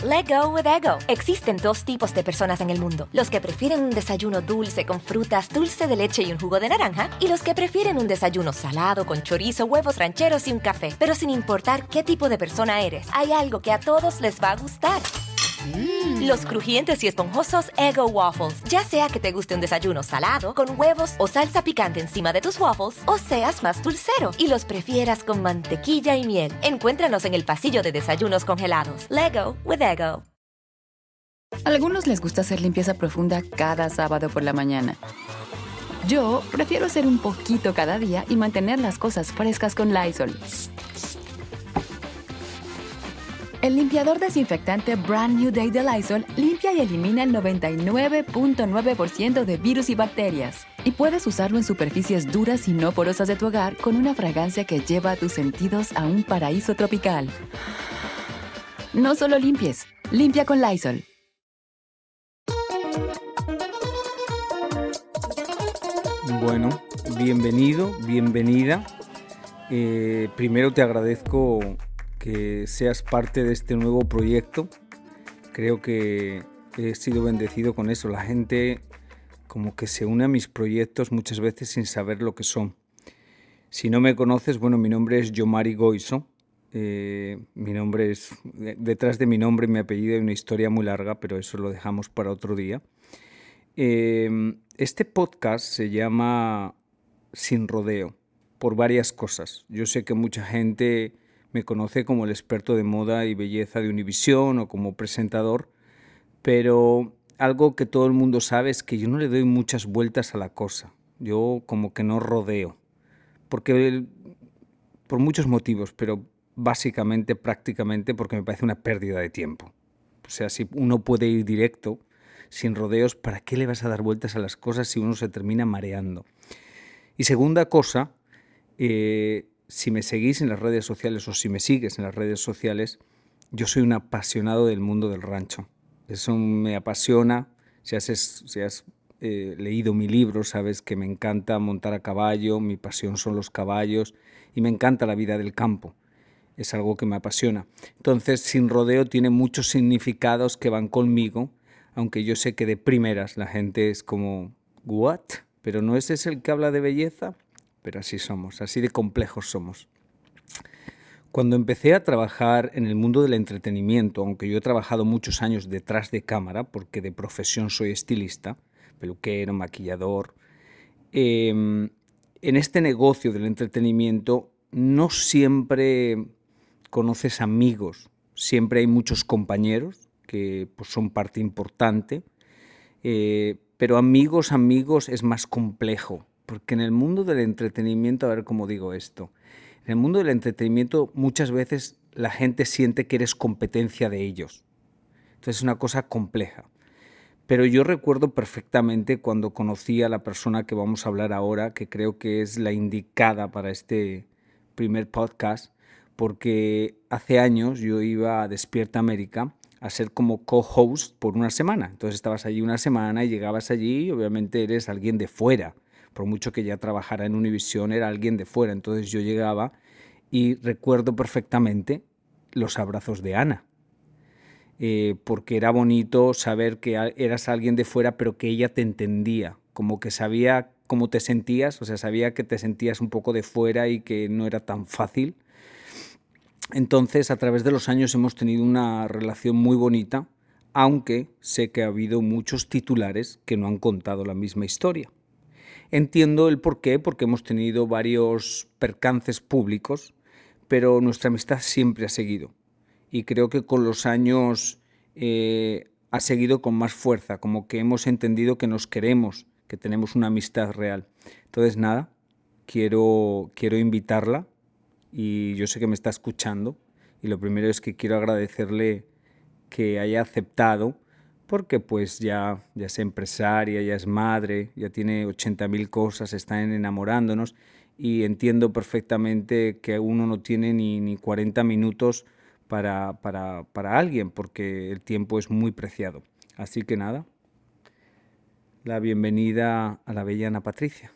Let go with Ego. Existen dos tipos de personas en el mundo. Los que prefieren un desayuno dulce con frutas, dulce de leche y un jugo de naranja. Y los que prefieren un desayuno salado con chorizo, huevos rancheros y un café. Pero sin importar qué tipo de persona eres, hay algo que a todos les va a gustar. Los crujientes y esponjosos Eggo Waffles. Ya sea que te guste un desayuno salado, con huevos o salsa picante encima de tus waffles, o seas más dulcero y los prefieras con mantequilla y miel. Encuéntranos en el pasillo de desayunos congelados. Lego with Eggo. A algunos les gusta hacer limpieza profunda cada sábado por la mañana. Yo prefiero hacer un poquito cada día y mantener las cosas frescas con Lysol. El limpiador desinfectante Brand New Day de Lysol limpia y elimina el 99.9% de virus y bacterias. Y puedes usarlo en superficies duras y no porosas de tu hogar con una fragancia que lleva a tus sentidos a un paraíso tropical. No solo limpies, limpia con Lysol. Bueno, bienvenido, bienvenida. Primero te agradezco que seas parte de este nuevo proyecto. Creo que he sido bendecido con eso. La gente como que se une a mis proyectos muchas veces sin saber lo que son. Si no me conoces, bueno, mi nombre es Yomari Goizo. Mi nombre es... Detrás de mi nombre y mi apellido hay una historia muy larga, pero eso lo dejamos para otro día. Este podcast se llama Sin Rodeo por varias cosas. Yo sé que mucha gente me conoce como el experto de moda y belleza de Univisión o como presentador, pero algo que todo el mundo sabe es que yo no le doy muchas vueltas a la cosa. Yo como que no rodeo, porque por muchos motivos, pero básicamente, prácticamente, porque me parece una pérdida de tiempo. O sea, si uno puede ir directo, sin rodeos, ¿para qué le vas a dar vueltas a las cosas si uno se termina mareando? Y segunda cosa, si me seguís en las redes sociales o si me sigues en las redes sociales, yo soy un apasionado del mundo del rancho. Eso me apasiona. Si has leído mi libro, sabes que me encanta montar a caballo, mi pasión son los caballos y me encanta la vida del campo. Es algo que me apasiona. Entonces, Sin Rodeo tiene muchos significados que van conmigo, aunque yo sé que de primeras la gente es como, ¿what? ¿Pero no ese es el que habla de belleza? Pero así somos, así de complejos somos. Cuando empecé a trabajar en el mundo del entretenimiento, aunque yo he trabajado muchos años detrás de cámara, porque de profesión soy estilista, peluquero, maquillador, en este negocio del entretenimiento no siempre conoces amigos, siempre hay muchos compañeros que pues, son parte importante, pero amigos es más complejo. Porque en el mundo del entretenimiento, a ver cómo digo esto, en el mundo del entretenimiento muchas veces la gente siente que eres competencia de ellos. Entonces es una cosa compleja. Pero yo recuerdo perfectamente cuando conocí a la persona que vamos a hablar ahora, que creo que es la indicada para este primer podcast, porque hace años yo iba a Despierta América a ser como co-host por una semana. Entonces estabas allí una semana y llegabas allí y obviamente eres alguien de fuera. Por mucho que ya trabajara en Univisión, era alguien de fuera. Entonces yo llegaba y recuerdo perfectamente los abrazos de Ana, porque era bonito saber que eras alguien de fuera, pero que ella te entendía, como que sabía cómo te sentías, o sea, sabía que te sentías un poco de fuera y que no era tan fácil. Entonces, a través de los años hemos tenido una relación muy bonita, aunque sé que ha habido muchos titulares que no han contado la misma historia. Entiendo el porqué, porque hemos tenido varios percances públicos, pero nuestra amistad siempre ha seguido. Y creo que con los años ha seguido con más fuerza, como que hemos entendido que nos queremos, que tenemos una amistad real. Entonces, nada, quiero invitarla y yo sé que me está escuchando. Y lo primero es que quiero agradecerle que haya aceptado, porque pues ya es empresaria, ya es madre, ya tiene 80.000 cosas, están enamorándonos y entiendo perfectamente que uno no tiene ni 40 minutos para alguien, porque el tiempo es muy preciado. Así que nada, la bienvenida a la bella Ana Patricia.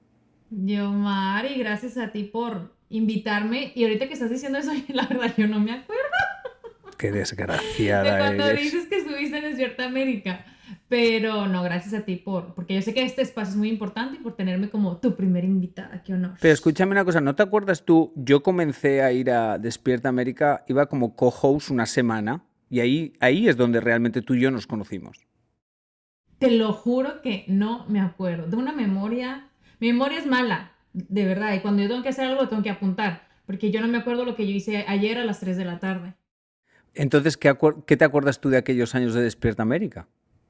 Yomari, gracias a ti por invitarme. Y ahorita que estás diciendo eso, la verdad yo no me acuerdo. qué De desgraciada cuando eres. dices que estuviste en Despierta América. Pero no, gracias a ti porque yo sé que este espacio es muy importante y por tenerme como tu primera invitada. Qué honor. Pero escúchame una cosa, ¿no te acuerdas tú? Yo comencé a ir a Despierta América, iba como co-host una semana y ahí es donde realmente tú y yo nos conocimos. Te lo juro que no me acuerdo. Tengo una memoria. Mi memoria es mala, de verdad. Y cuando yo tengo que hacer algo, lo tengo que apuntar. Porque yo no me acuerdo lo que yo hice ayer a las 3 de la tarde. Entonces, ¿qué te acuerdas tú de aquellos años de Despierta América?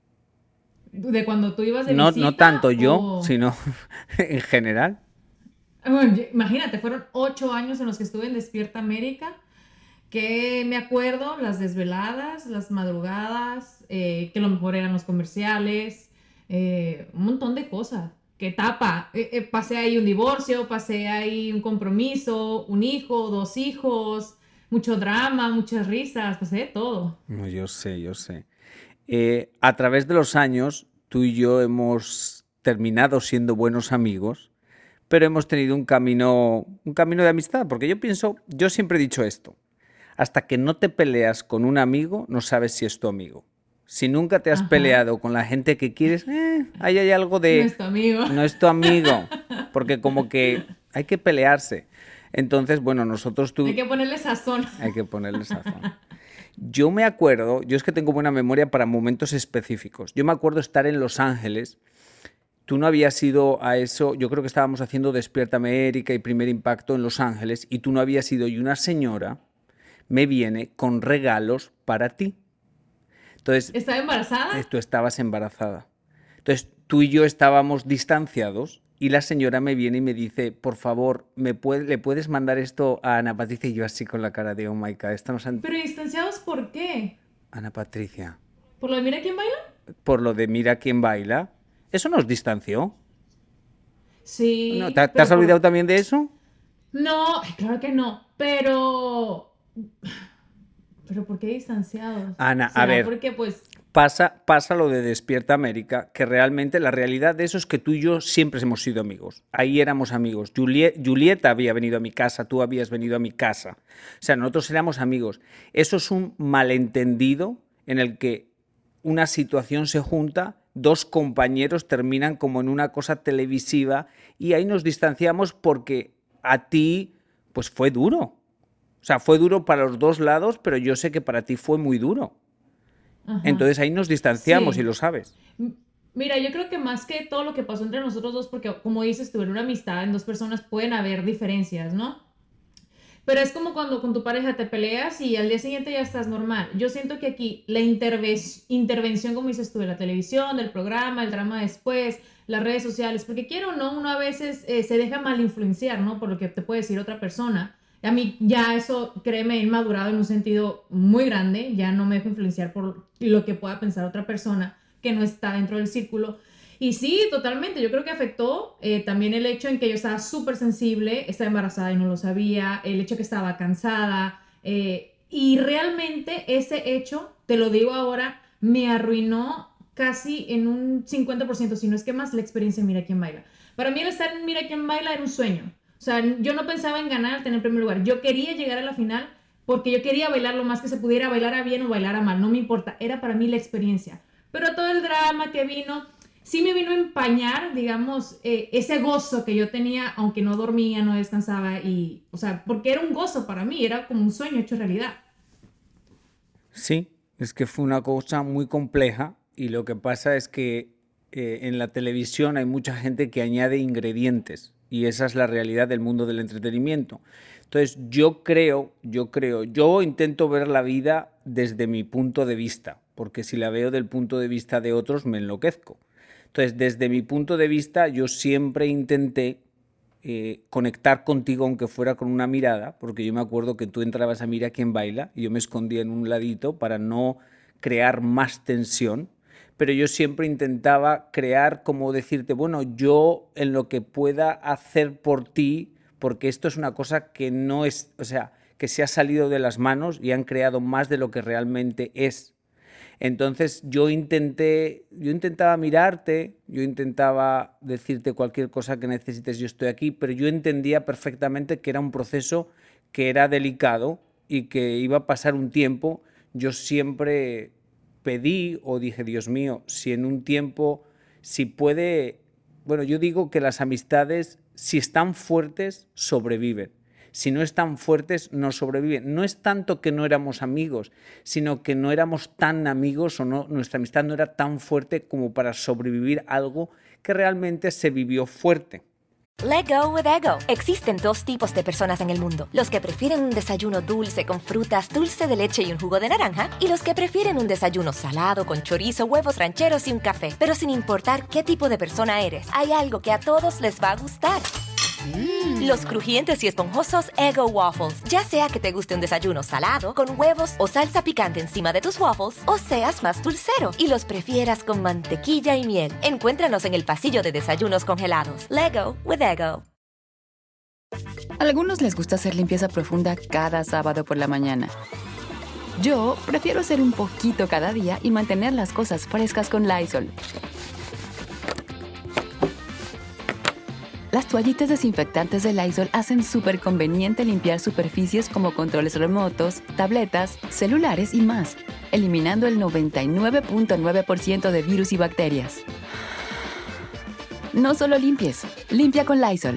De cuando tú ibas de No, no visita tanto yo, o... sino en general. Bueno, imagínate, fueron 8 años en los que estuve en Despierta América. Que me acuerdo, las desveladas, las madrugadas, que lo mejor eran los comerciales, un montón de cosas. ¿Qué etapa? Pasé ahí un divorcio, pasé ahí un compromiso, un hijo, 2 hijos, mucho drama, muchas risas, pasé de todo. No, yo sé, yo sé. A través de los años, tú y yo hemos terminado siendo buenos amigos, pero hemos tenido un camino de amistad, porque yo siempre he dicho esto, hasta que no te peleas con un amigo, no sabes si es tu amigo. Si nunca te has Ajá, peleado con la gente que quieres, ahí hay algo no de, es tu amigo. no es tu amigo, porque como que hay que pelearse. Entonces, bueno, Hay que ponerle sazón. hay que ponerle sazón. Yo me acuerdo, yo es que tengo buena memoria para momentos específicos. Yo me acuerdo estar en Los Ángeles. Tú no habías ido a eso, yo creo que estábamos haciendo Despierta América y Primer Impacto en Los Ángeles y tú no habías ido y una señora me viene con regalos para ti. Entonces, ¿Estaba embarazada? tú estabas embarazada. Entonces, tú y yo estábamos distanciados y la señora me viene y me dice, por favor, ¿le puedes mandar esto a Ana Patricia? Y yo así con la cara de, oh my God, estamos ante... Pero distanciados, ¿por qué? Ana Patricia, ¿Por lo de mira quién baila? por lo de mira quién baila, ¿eso nos distanció? ¿No? Sí, ¿Te has pero olvidado por... también de eso? No, ay, claro que no, pero... ¿Pero por qué distanciados? Ana, a ¿Será ver, porque pues... pasa lo de Despierta América, que realmente la realidad de eso es que tú y yo siempre hemos sido amigos. Ahí éramos amigos. Julieta había venido a mi casa, tú habías venido a mi casa. O sea, nosotros éramos amigos. Eso es un malentendido en el que una situación se junta, dos compañeros terminan como en una cosa televisiva y ahí nos distanciamos porque a ti, pues fue duro. O sea, fue duro para los dos lados, pero yo sé que para ti fue muy duro. Ajá. Entonces ahí nos distanciamos y Sí. lo sabes. M- Mira, yo creo que más que todo lo que pasó entre nosotros dos, porque como dices, tú en una amistad, en dos personas pueden haber diferencias, ¿no? Pero es como cuando con tu pareja te peleas y al día siguiente ya estás normal. Yo siento que aquí la intervención, como dices tú, de la televisión, del programa, el drama después, las redes sociales, porque quiero o no, uno a veces se deja mal influenciar, ¿no? Por lo que te puede decir otra persona. A mí ya eso, créeme, he madurado en un sentido muy grande, ya no me dejo influenciar por lo que pueda pensar otra persona que no está dentro del círculo. Y sí, totalmente. Yo creo que afectó también el hecho en que yo estaba súper sensible, estaba embarazada y no lo sabía, el hecho que estaba cansada. Y realmente ese hecho, te lo digo ahora, me arruinó casi en un 50%, si no es que más, la experiencia en Mira quién baila. Para mí el estar en Mira quién baila era un sueño. O sea, yo no pensaba en ganar, tener primer lugar. Yo quería llegar a la final porque yo quería bailar lo más que se pudiera, bailar a bien o bailar a mal, no me importa. Era para mí la experiencia. Pero todo el drama que vino sí me vino a empañar, digamos, ese gozo que yo tenía, aunque no dormía, no descansaba, y, o sea, porque era un gozo para mí, era como un sueño hecho realidad. Sí, es que fue una cosa muy compleja y lo que pasa es que en la televisión hay mucha gente que añade ingredientes y esa es la realidad del mundo del entretenimiento. Entonces yo intento ver la vida desde mi punto de vista, porque si la veo del punto de vista de otros me enloquezco. Entonces, desde mi punto de vista, yo siempre intenté conectar contigo, aunque fuera con una mirada, porque yo me acuerdo que tú entrabas a Mira quién baila y yo me escondía en un ladito para no crear más tensión, pero yo siempre intentaba crear, como decirte, bueno, yo en lo que pueda hacer por ti, porque esto es una cosa que no es, o sea, que se ha salido de las manos y han creado más de lo que realmente es. Entonces yo intentaba mirarte, yo intentaba decirte cualquier cosa que necesites, yo estoy aquí, pero yo entendía perfectamente que era un proceso que era delicado y que iba a pasar un tiempo. yo siempre pedí o dije, Dios mío, si en un tiempo, si puede... Bueno, yo digo que las amistades, si están fuertes, sobreviven. Si no están fuertes, no sobreviven. No es tanto que no éramos amigos, sino que no éramos tan amigos o no, nuestra amistad no era tan fuerte como para sobrevivir algo que realmente se vivió fuerte. Let go with ego. Existen dos tipos de personas en el mundo. Los que prefieren un desayuno dulce con frutas, dulce de leche y un jugo de naranja. Y los que prefieren un desayuno salado con chorizo, huevos rancheros y un café. Pero sin importar qué tipo de persona eres, hay algo que a todos les va a gustar. Los crujientes y esponjosos Eggo Waffles. Ya sea que te guste un desayuno salado, con huevos o salsa picante encima de tus waffles, o seas más dulcero y los prefieras con mantequilla y miel. Encuéntranos en el pasillo de desayunos congelados. Lego with Eggo. A algunos les gusta hacer limpieza profunda cada sábado por la mañana. Yo prefiero hacer un poquito cada día y mantener las cosas frescas con Lysol. Las toallitas desinfectantes de Lysol hacen súper conveniente limpiar superficies como controles remotos, tabletas, celulares y más, eliminando el 99.9% de virus y bacterias. No solo limpies, limpia con Lysol.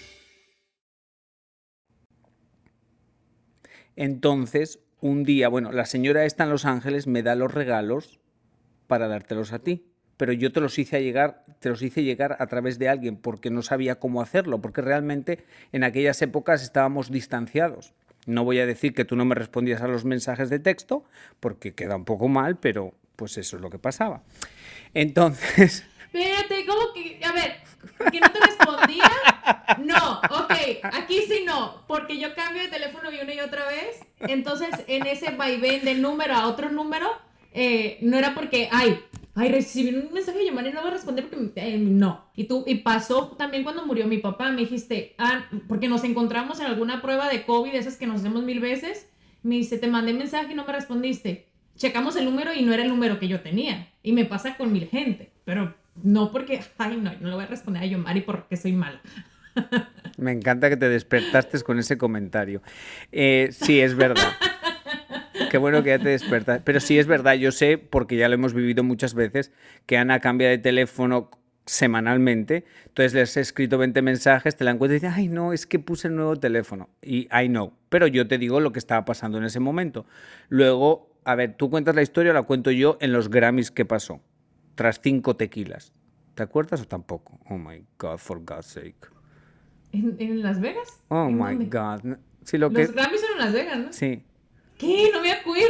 Entonces, un día, bueno, la señora esta en Los Ángeles me da los regalos para dártelos a ti. Pero yo te los hice llegar a través de alguien porque no sabía cómo hacerlo, porque realmente en aquellas épocas estábamos distanciados. No voy a decir que tú no me respondías a los mensajes de texto, porque queda un poco mal, pero pues eso es lo que pasaba. Entonces... Espérate, ¿cómo que? A ver, ¿que no te respondía? No, ok, aquí sí no, porque yo cambio de teléfono una y otra vez, entonces en ese vaivén de número a otro número, no era porque, recibí un mensaje de llamar y no voy a responder porque no. Y pasó también cuando murió mi papá, me dijiste, porque nos encontramos en alguna prueba de COVID, esas que nos hacemos 1000 veces, me dice, te mandé mensaje y no me respondiste. Checamos el número y no era el número que yo tenía. Y me pasa con 1000 gente, pero no porque, no le voy a responder a Yomari porque soy mala. Me encanta que te despertaste con ese comentario. Sí, es verdad. Qué bueno que ya te despertas. Pero sí es verdad, yo sé, porque ya lo hemos vivido muchas veces, que Ana cambia de teléfono semanalmente. Entonces les he escrito 20 mensajes, te la encuentras y dices, ay no, es que puse el nuevo teléfono. Y I know. Pero yo te digo lo que estaba pasando en ese momento. Luego, a ver, tú cuentas la historia, la cuento yo en los Grammys que pasó. Tras 5 tequilas. ¿Te acuerdas o tampoco? Oh my God, for God's sake. ¿En Las Vegas? Oh my dónde? God. Sí, los Grammys son en Las Vegas, ¿no? Sí. ¿Qué? No me acuerdo.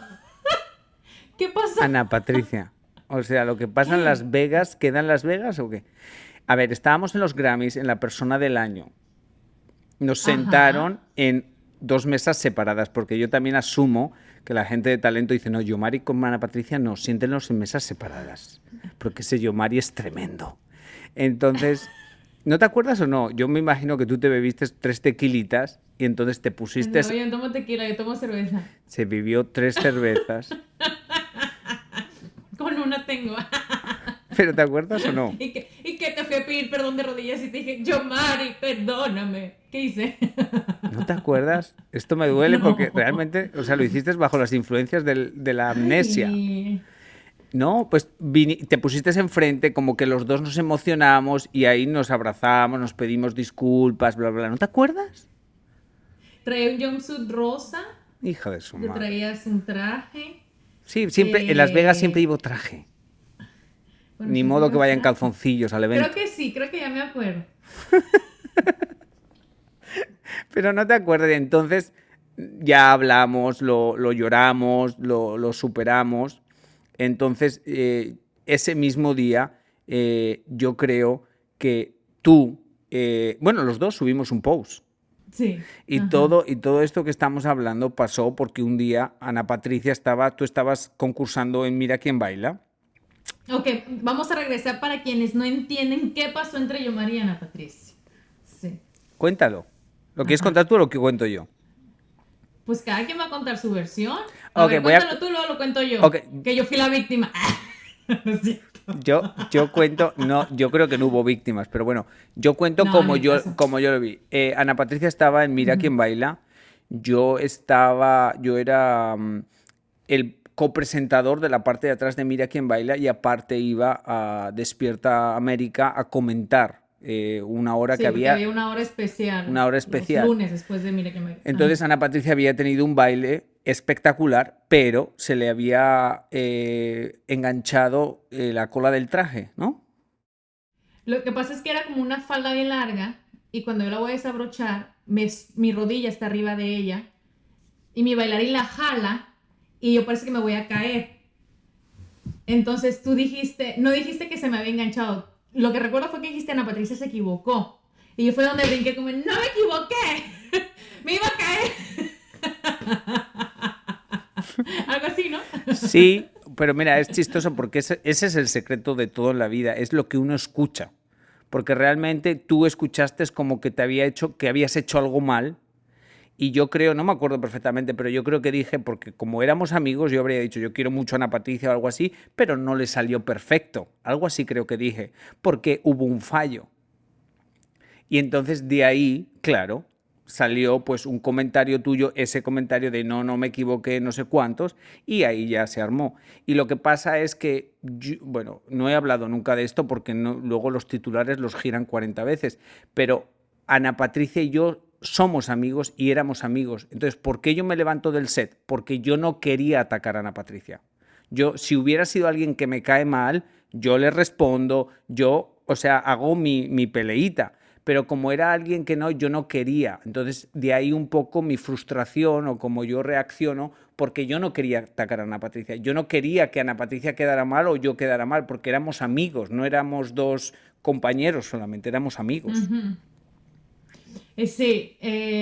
¿Qué pasó? Ana Patricia. O sea, lo que pasa en Las Vegas, ¿queda en Las Vegas o qué? A ver, estábamos en los Grammys en la persona del año. Nos sentaron en 2 mesas separadas, porque yo también asumo que la gente de talento dice, no, Yomari con Ana Patricia no, siéntenos en mesas separadas, porque ese Yomari es tremendo. Entonces, ¿no te acuerdas o no? Yo me imagino que tú te bebiste 3 tequilitas y entonces te pusiste... No, yo no tomo tequila, yo tomo cerveza. Se vivió 3 cervezas. Con una tengo. ¿Pero te acuerdas o no? ¿Y que te fui a pedir perdón de rodillas y te dije, Yomari, perdóname? ¿Qué hice? ¿No te acuerdas? Esto me duele porque realmente, o sea, lo hiciste bajo las influencias de la amnesia. Ay. No, pues te pusiste enfrente, como que los dos nos emocionamos y ahí nos abrazamos, nos pedimos disculpas, bla, bla. ¿No te acuerdas? Traía un jumpsuit rosa. Hija de su Te madre. traías un traje. Sí, siempre, en Las Vegas siempre llevo traje. Bueno, Ni sí, modo que vaya en traje. calzoncillos al evento. Creo que sí, creo que ya me acuerdo. Pero no te acuerdas. Entonces ya hablamos, lo lloramos, lo superamos. Entonces, ese mismo día, yo creo que tú, bueno, los dos subimos un post. Sí. Y todo esto que estamos hablando pasó porque un día Ana Patricia tú estabas concursando en Mira quién baila. Ok, vamos a regresar para quienes no entienden qué pasó entre Yomari y Ana Patricia. Sí. Cuéntalo. ¿Lo quieres contar tú o lo que cuento yo? Pues cada quien va a contar su versión. Ok, Cuéntalo tú, luego lo cuento yo. Ok. Que yo fui la víctima. No es cierto. Yo cuento, no, yo creo que no hubo víctimas, pero bueno, yo cuento No, como ni yo caso. lo vi. Ana Patricia estaba en Mira quién baila. Yo era el copresentador de la parte de atrás de Mira quién baila, y aparte iba a Despierta América a comentar una hora Sí, que porque había una hora especial. Una hora especial. Los lunes después de Mira quién baila. Entonces Ana Patricia había tenido un baile espectacular, pero se le había enganchado la cola del traje, ¿no? Lo que pasa es que era como una falda bien larga y cuando yo la voy a desabrochar, mi rodilla está arriba de ella y mi bailarín la jala y yo parece que me voy a caer. Entonces tú dijiste, no dijiste que se me había enganchado. Lo que recuerdo fue que dijiste Ana Patricia se equivocó. Y yo fue donde brinqué como, no me equivoqué, me iba a caer. Algo así, ¿no? Sí, pero mira, es chistoso porque ese es el secreto de todo en la vida, es lo que uno escucha. Porque realmente tú escuchaste como que que habías hecho algo mal. Y yo creo, no me acuerdo perfectamente, pero yo creo que dije, porque como éramos amigos, yo habría dicho, yo quiero mucho a Ana Patricia o algo así, pero no le salió perfecto. Algo así creo que dije, porque hubo un fallo. Y entonces de ahí, claro, salió pues un comentario tuyo, ese comentario de no me equivoqué, no sé cuántos, y ahí ya se armó. Y lo que pasa es que, bueno, no he hablado nunca de esto porque luego los titulares los giran 40 veces, pero Ana Patricia y yo somos amigos y éramos amigos. Entonces, ¿por qué yo me levanto del set? Porque yo no quería atacar a Ana Patricia. Yo, si hubiera sido alguien que me cae mal, yo le respondo, hago mi peleita. Pero como era alguien que yo no quería. Entonces, de ahí un poco mi frustración o como yo reacciono, porque yo no quería atacar a Ana Patricia. Yo no quería que Ana Patricia quedara mal o yo quedara mal, porque éramos amigos, no éramos dos compañeros solamente, éramos amigos. Uh-huh. Sí,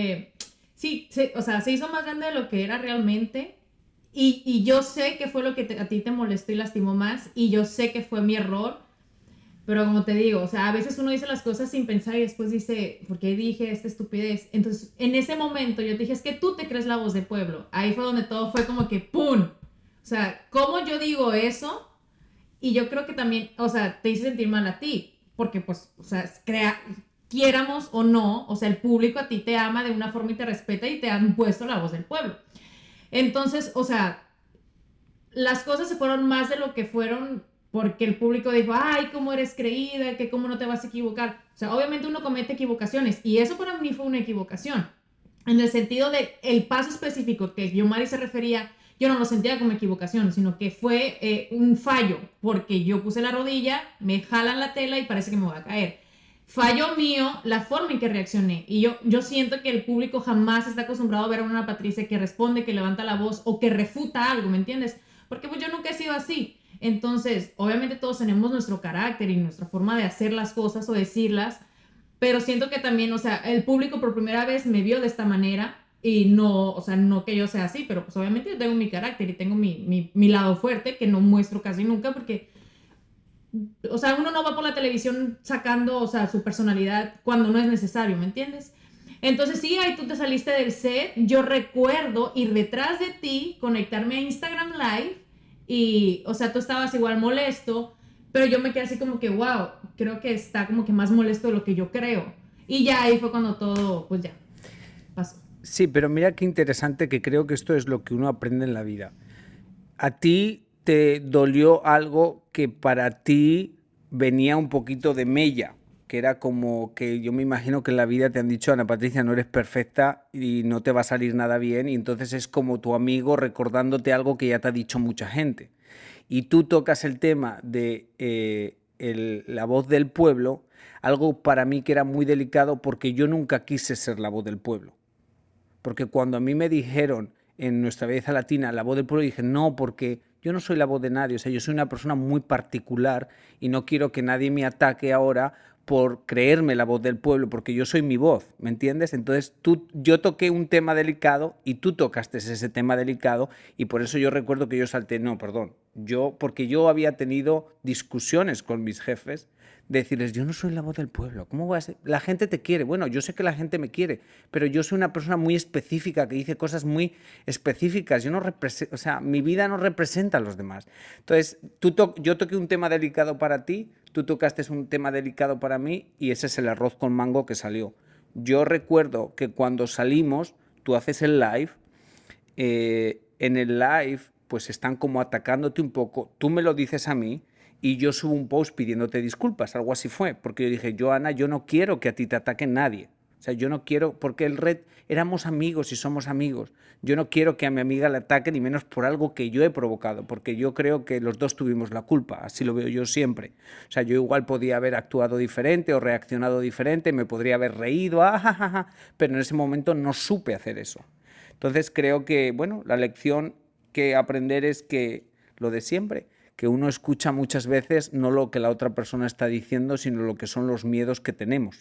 o sea, se hizo más grande de lo que era realmente y yo sé que fue lo que a ti te molestó y lastimó más y yo sé que fue mi error, pero como te digo, o sea, a veces uno dice las cosas sin pensar y después dice, ¿por qué dije esta estupidez? Entonces, en ese momento yo te dije, es que tú te crees la voz del pueblo. Ahí fue donde todo fue como que ¡pum! O sea, ¿cómo yo digo eso? Y yo creo que también, o sea, te hice sentir mal a ti, porque pues, o sea, quiéramos o no, o sea, el público a ti te ama de una forma y te respeta y te han puesto la voz del pueblo. Entonces, o sea, las cosas se fueron más de lo que fueron porque el público dijo, ay, cómo eres creída, que cómo no te vas a equivocar. O sea, obviamente uno comete equivocaciones y eso para mí fue una equivocación. En el sentido de el paso específico que Yomari se refería, yo no lo sentía como equivocación, sino que fue un fallo, porque yo puse la rodilla, me jalan la tela y parece que me voy a caer. Fallo mío, la forma en que reaccioné. Y yo siento que el público jamás está acostumbrado a ver a una Patricia que responde, que levanta la voz o que refuta algo, ¿me entiendes? Porque pues yo nunca he sido así. Entonces, obviamente todos tenemos nuestro carácter y nuestra forma de hacer las cosas o decirlas, pero siento que también, o sea, el público por primera vez me vio de esta manera y no, o sea, no que yo sea así, pero pues obviamente yo tengo mi carácter y tengo mi lado fuerte que no muestro casi nunca porque, o sea, uno no va por la televisión sacando, o sea, su personalidad cuando no es necesario, ¿me entiendes? Entonces sí, ahí tú te saliste del set, yo recuerdo ir detrás de ti, conectarme a Instagram Live y, o sea, tú estabas igual molesto, pero yo me quedé así como que, wow, creo que está como que más molesto de lo que yo creo. Y ya ahí fue cuando todo, pues ya, pasó. Sí, pero mira qué interesante, que creo que esto es lo que uno aprende en la vida. A ti te dolió algo que para ti venía un poquito de mella, que era como que yo me imagino que en la vida te han dicho, Ana Patricia, no eres perfecta y no te va a salir nada bien, y entonces es como tu amigo recordándote algo que ya te ha dicho mucha gente. Y tú tocas el tema de la voz del pueblo, algo para mí que era muy delicado porque yo nunca quise ser la voz del pueblo. Porque cuando a mí me dijeron en nuestra belleza latina la voz del pueblo, dije no, porque yo no soy la voz de nadie, o sea, yo soy una persona muy particular y no quiero que nadie me ataque ahora por creerme la voz del pueblo, porque yo soy mi voz, ¿me entiendes? Entonces yo toqué un tema delicado y tú tocaste ese tema delicado y por eso yo recuerdo que yo salté, no, perdón, porque yo había tenido discusiones con mis jefes, de decirles, yo no soy la voz del pueblo, ¿cómo voy a ser? La gente te quiere, bueno, yo sé que la gente me quiere, pero yo soy una persona muy específica, que dice cosas muy específicas, yo no represento, o sea, mi vida no representa a los demás. Entonces, yo toqué un tema delicado para ti, tú tocaste un tema delicado para mí y ese es el arroz con mango que salió. Yo recuerdo que cuando salimos, tú haces el live, en el live pues están como atacándote un poco. Tú me lo dices a mí y yo subo un post pidiéndote disculpas, algo así fue, porque yo dije, Joana, yo no quiero que a ti te ataque nadie. O sea, yo no quiero, porque éramos amigos y somos amigos. Yo no quiero que a mi amiga le ataquen, ni menos por algo que yo he provocado, porque yo creo que los dos tuvimos la culpa, así lo veo yo siempre. O sea, yo igual podía haber actuado diferente o reaccionado diferente, me podría haber reído, pero en ese momento no supe hacer eso. Entonces creo que, bueno, la lección que aprender es que lo de siempre, que uno escucha muchas veces no lo que la otra persona está diciendo, sino lo que son los miedos que tenemos.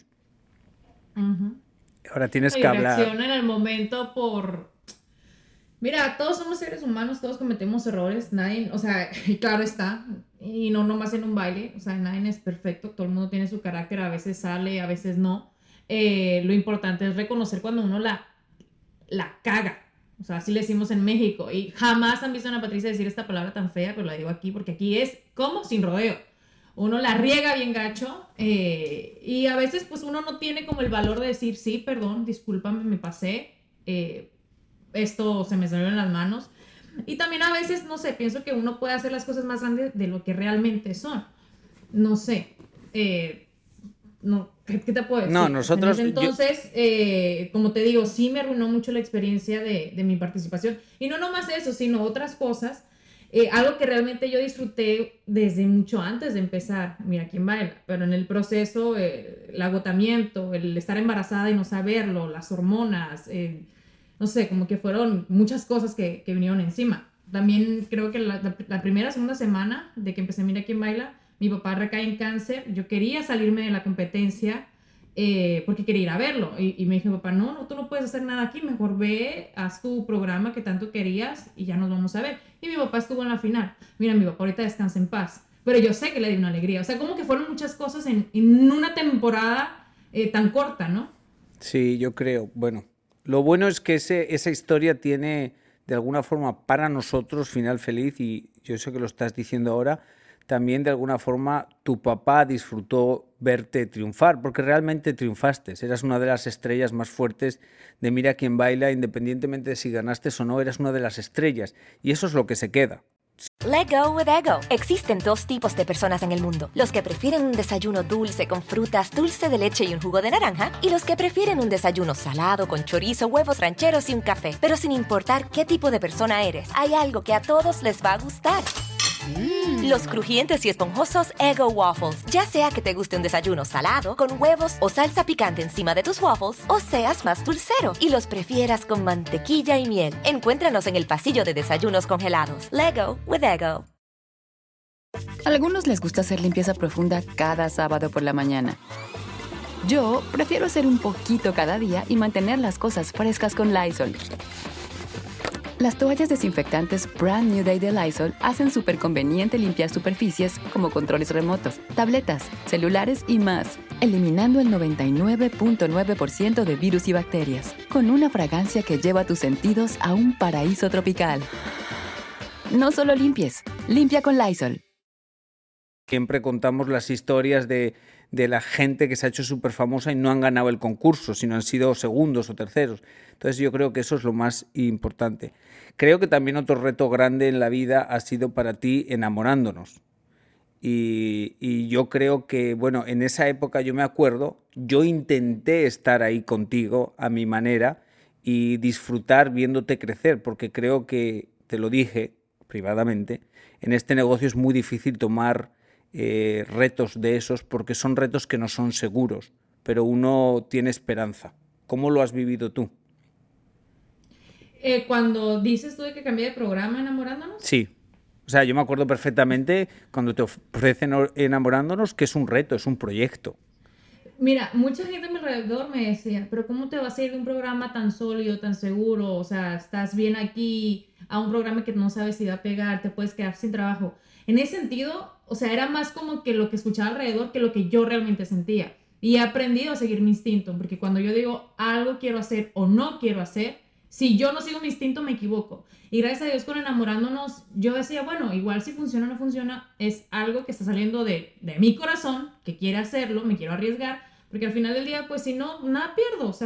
Ahora tienes que hablar. Reacciona en el momento por... Mira, todos somos seres humanos, todos cometemos errores, nadie, o sea, y claro está, y no nomás en un baile, o sea, nadie es perfecto, todo el mundo tiene su carácter, a veces sale, a veces no. Lo importante es reconocer cuando uno la caga. O sea, así le decimos en México. Y jamás han visto a Ana Patricia decir esta palabra tan fea, pero la digo aquí porque aquí es como sin rodeo. Uno la riega bien gacho y a veces pues uno no tiene como el valor de decir, sí, perdón, discúlpame, me pasé, esto se me salió en las manos. Y también a veces, no sé, pienso que uno puede hacer las cosas más grandes de lo que realmente son. No sé, no, ¿qué te puedo decir? No, nosotros... Entonces, como te digo, sí me arruinó mucho la experiencia de mi participación. Y no nomás eso, sino otras cosas. Algo que realmente yo disfruté desde mucho antes de empezar, mira quién baila, pero en el proceso, el agotamiento, el estar embarazada y no saberlo, las hormonas, no sé, como que fueron muchas cosas que vinieron encima. También creo que la primera, segunda semana de que empecé Mira quién baila, mi papá recae en cáncer, yo quería salirme de la competencia porque quería ir a verlo. Y me dijo, papá, no, tú no puedes hacer nada aquí, mejor ve, haz tu programa que tanto querías y ya nos vamos a ver. Y mi papá estuvo en la final. Mira, mi papá ahorita descansa en paz. Pero yo sé que le di una alegría. O sea, como que fueron muchas cosas en una temporada tan corta, ¿no? Sí, yo creo. Bueno, lo bueno es que esa historia tiene, de alguna forma, para nosotros, final feliz, y yo sé que lo estás diciendo ahora. También de alguna forma tu papá disfrutó verte triunfar, porque realmente triunfaste, eras una de las estrellas más fuertes de Mira quién baila, independientemente de si ganaste o no, eras una de las estrellas, y eso es lo que se queda. Let go with ego. Existen dos tipos de personas en el mundo. Los que prefieren un desayuno dulce con frutas, dulce de leche y un jugo de naranja. Y los que prefieren un desayuno salado con chorizo, huevos rancheros y un café. Pero sin importar qué tipo de persona eres, hay algo que a todos les va a gustar. Los crujientes y esponjosos Eggo Waffles. Ya sea que te guste un desayuno salado, con huevos o salsa picante encima de tus waffles, o seas más dulcero y los prefieras con mantequilla y miel. Encuéntranos en el pasillo de desayunos congelados. Lego with Eggo. A algunos les gusta hacer limpieza profunda cada sábado por la mañana. Yo prefiero hacer un poquito cada día y mantener las cosas frescas con Lysol. Las toallas desinfectantes Brand New Day de Lysol hacen súper conveniente limpiar superficies como controles remotos, tabletas, celulares y más, eliminando el 99.9% de virus y bacterias, con una fragancia que lleva tus sentidos a un paraíso tropical. No solo limpies, limpia con Lysol. Siempre contamos las historias de la gente que se ha hecho súper famosa y no han ganado el concurso, sino han sido segundos o terceros. Entonces yo creo que eso es lo más importante. Creo que también otro reto grande en la vida ha sido para ti enamorándonos. Y yo creo que, bueno, en esa época yo me acuerdo, yo intenté estar ahí contigo a mi manera y disfrutar viéndote crecer, porque creo que, te lo dije privadamente, en este negocio es muy difícil tomar retos de esos porque son retos que no son seguros, pero uno tiene esperanza. ¿Cómo lo has vivido tú? Cuando dices tú de que cambié de programa enamorándonos. Sí. O sea, yo me acuerdo perfectamente cuando te ofrecen enamorándonos que es un reto, es un proyecto. Mira, mucha gente a mi alrededor me decía, pero ¿cómo te vas a ir de un programa tan sólido, tan seguro? O sea, estás bien aquí a un programa que no sabes si va a pegar, te puedes quedar sin trabajo. En ese sentido, o sea, era más como que lo que escuchaba alrededor que lo que yo realmente sentía. Y he aprendido a seguir mi instinto, porque cuando yo digo algo quiero hacer o no quiero hacer, si yo no sigo mi instinto me equivoco. Y gracias a Dios con enamorándonos, yo decía, bueno, igual si funciona o no funciona, es algo que está saliendo de mi corazón, que quiere hacerlo, me quiero arriesgar, porque al final del día, pues si no, nada pierdo, o sea,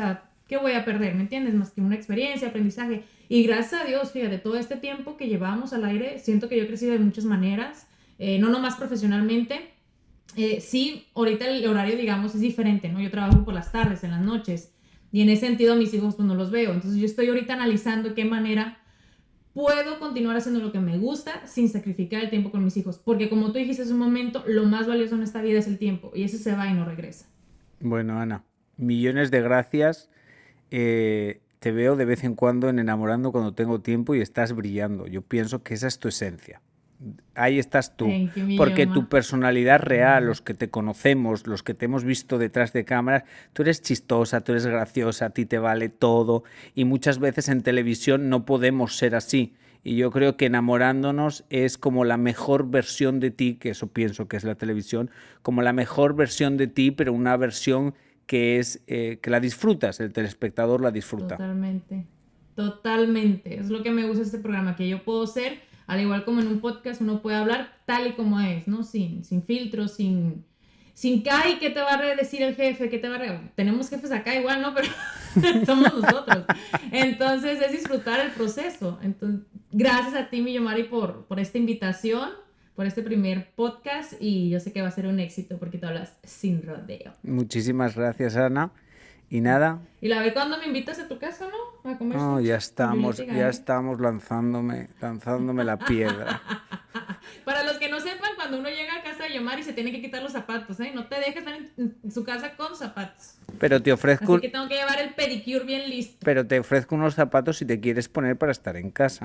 ¿qué voy a perder? ¿Me entiendes? Más que una experiencia, aprendizaje. Y gracias a Dios, fíjate, todo este tiempo que llevamos al aire, siento que yo he crecido de muchas maneras, no nomás profesionalmente. Sí, ahorita el horario, digamos, es diferente, ¿no? Yo trabajo por las tardes, en las noches, y en ese sentido a mis hijos pues no los veo. Entonces yo estoy ahorita analizando qué manera puedo continuar haciendo lo que me gusta sin sacrificar el tiempo con mis hijos. Porque como tú dijiste hace un momento, lo más valioso en esta vida es el tiempo, y ese se va y no regresa. Bueno, Ana, millones de gracias. Te veo de vez en cuando en Enamorando cuando tengo tiempo y estás brillando. Yo pienso que esa es tu esencia. Ahí estás tú, porque tu personalidad real, los que te conocemos, los que te hemos visto detrás de cámaras, tú eres chistosa, tú eres graciosa, a ti te vale todo, y muchas veces en televisión no podemos ser así, y yo creo que Enamorándonos es como la mejor versión de ti, que eso pienso que es la televisión, como la mejor versión de ti, pero una versión que es que la disfrutas, el telespectador la disfruta. Totalmente, es lo que me gusta de este programa, que yo puedo ser, al igual como en un podcast, uno puede hablar tal y como es, ¿no? Sin filtros, sin ¿qué te va a decir el jefe? ¿Qué te va a Tenemos jefes acá igual, ¿no? Pero somos nosotros. Entonces, es disfrutar el proceso. Entonces, gracias a ti, mi Yomari, por esta invitación, por este primer podcast, y yo sé que va a ser un éxito porque tú hablas sin rodeo. Muchísimas gracias, Ana. Y nada. Y la vez cuando me invitas a tu casa, ¿no? A comer. No, ya estamos lanzándome la piedra. Para los que no sepan, cuando uno llega a casa de Yomari se tiene que quitar los zapatos, ¿eh? No te dejes estar en su casa con zapatos. Pero te ofrezco... Así que tengo que llevar el pedicure bien listo. Pero te ofrezco unos zapatos si te quieres poner para estar en casa.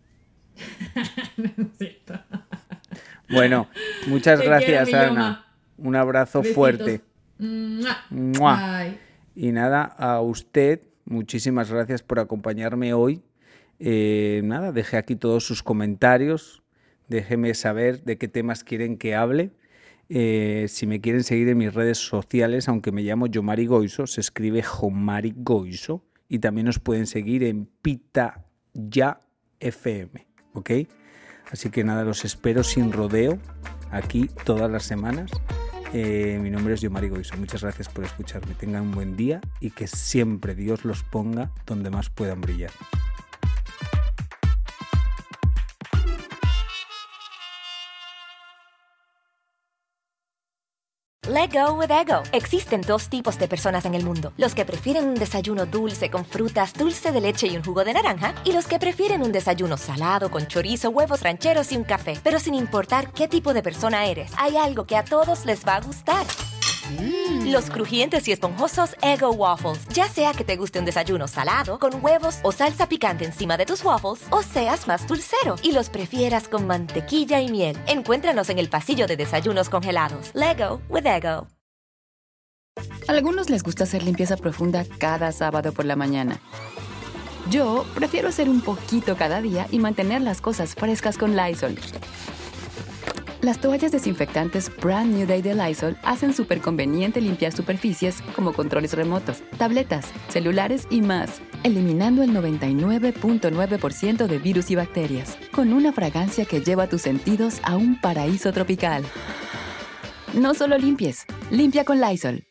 Necesito. Bueno, muchas gracias, quiero, Ana. Un abrazo Besitos. Fuerte. ¡Mua! Bye. Y nada, a usted, muchísimas gracias por acompañarme hoy. Dejé aquí todos sus comentarios. Déjeme saber de qué temas quieren que hable. Si me quieren seguir en mis redes sociales, aunque me llamo Yomari Goiso, se escribe Jomari Goiso. Y también nos pueden seguir en Pitaya FM, ¿ok? Así que nada, los espero sin rodeo aquí todas las semanas. Mi nombre es Yomari Goiso. Muchas gracias por escucharme. Tengan un buen día y que siempre Dios los ponga donde más puedan brillar. Let go with ego. Existen dos tipos de personas en el mundo. Los que prefieren un desayuno dulce con frutas, dulce de leche y un jugo de naranja. Y los que prefieren un desayuno salado con chorizo, huevos rancheros y un café. Pero sin importar qué tipo de persona eres, hay algo que a todos les va a gustar. Los crujientes y esponjosos Eggo Waffles. Ya sea que te guste un desayuno salado, con huevos o salsa picante encima de tus waffles, o seas más dulcero y los prefieras con mantequilla y miel. Encuéntranos en el pasillo de desayunos congelados. Lego with Eggo. A algunos les gusta hacer limpieza profunda cada sábado por la mañana. Yo prefiero hacer un poquito cada día y mantener las cosas frescas con Lysol. Las toallas desinfectantes Brand New Day de Lysol hacen súper conveniente limpiar superficies como controles remotos, tabletas, celulares y más, eliminando el 99.9% de virus y bacterias, con una fragancia que lleva tus sentidos a un paraíso tropical. No solo limpies, limpia con Lysol.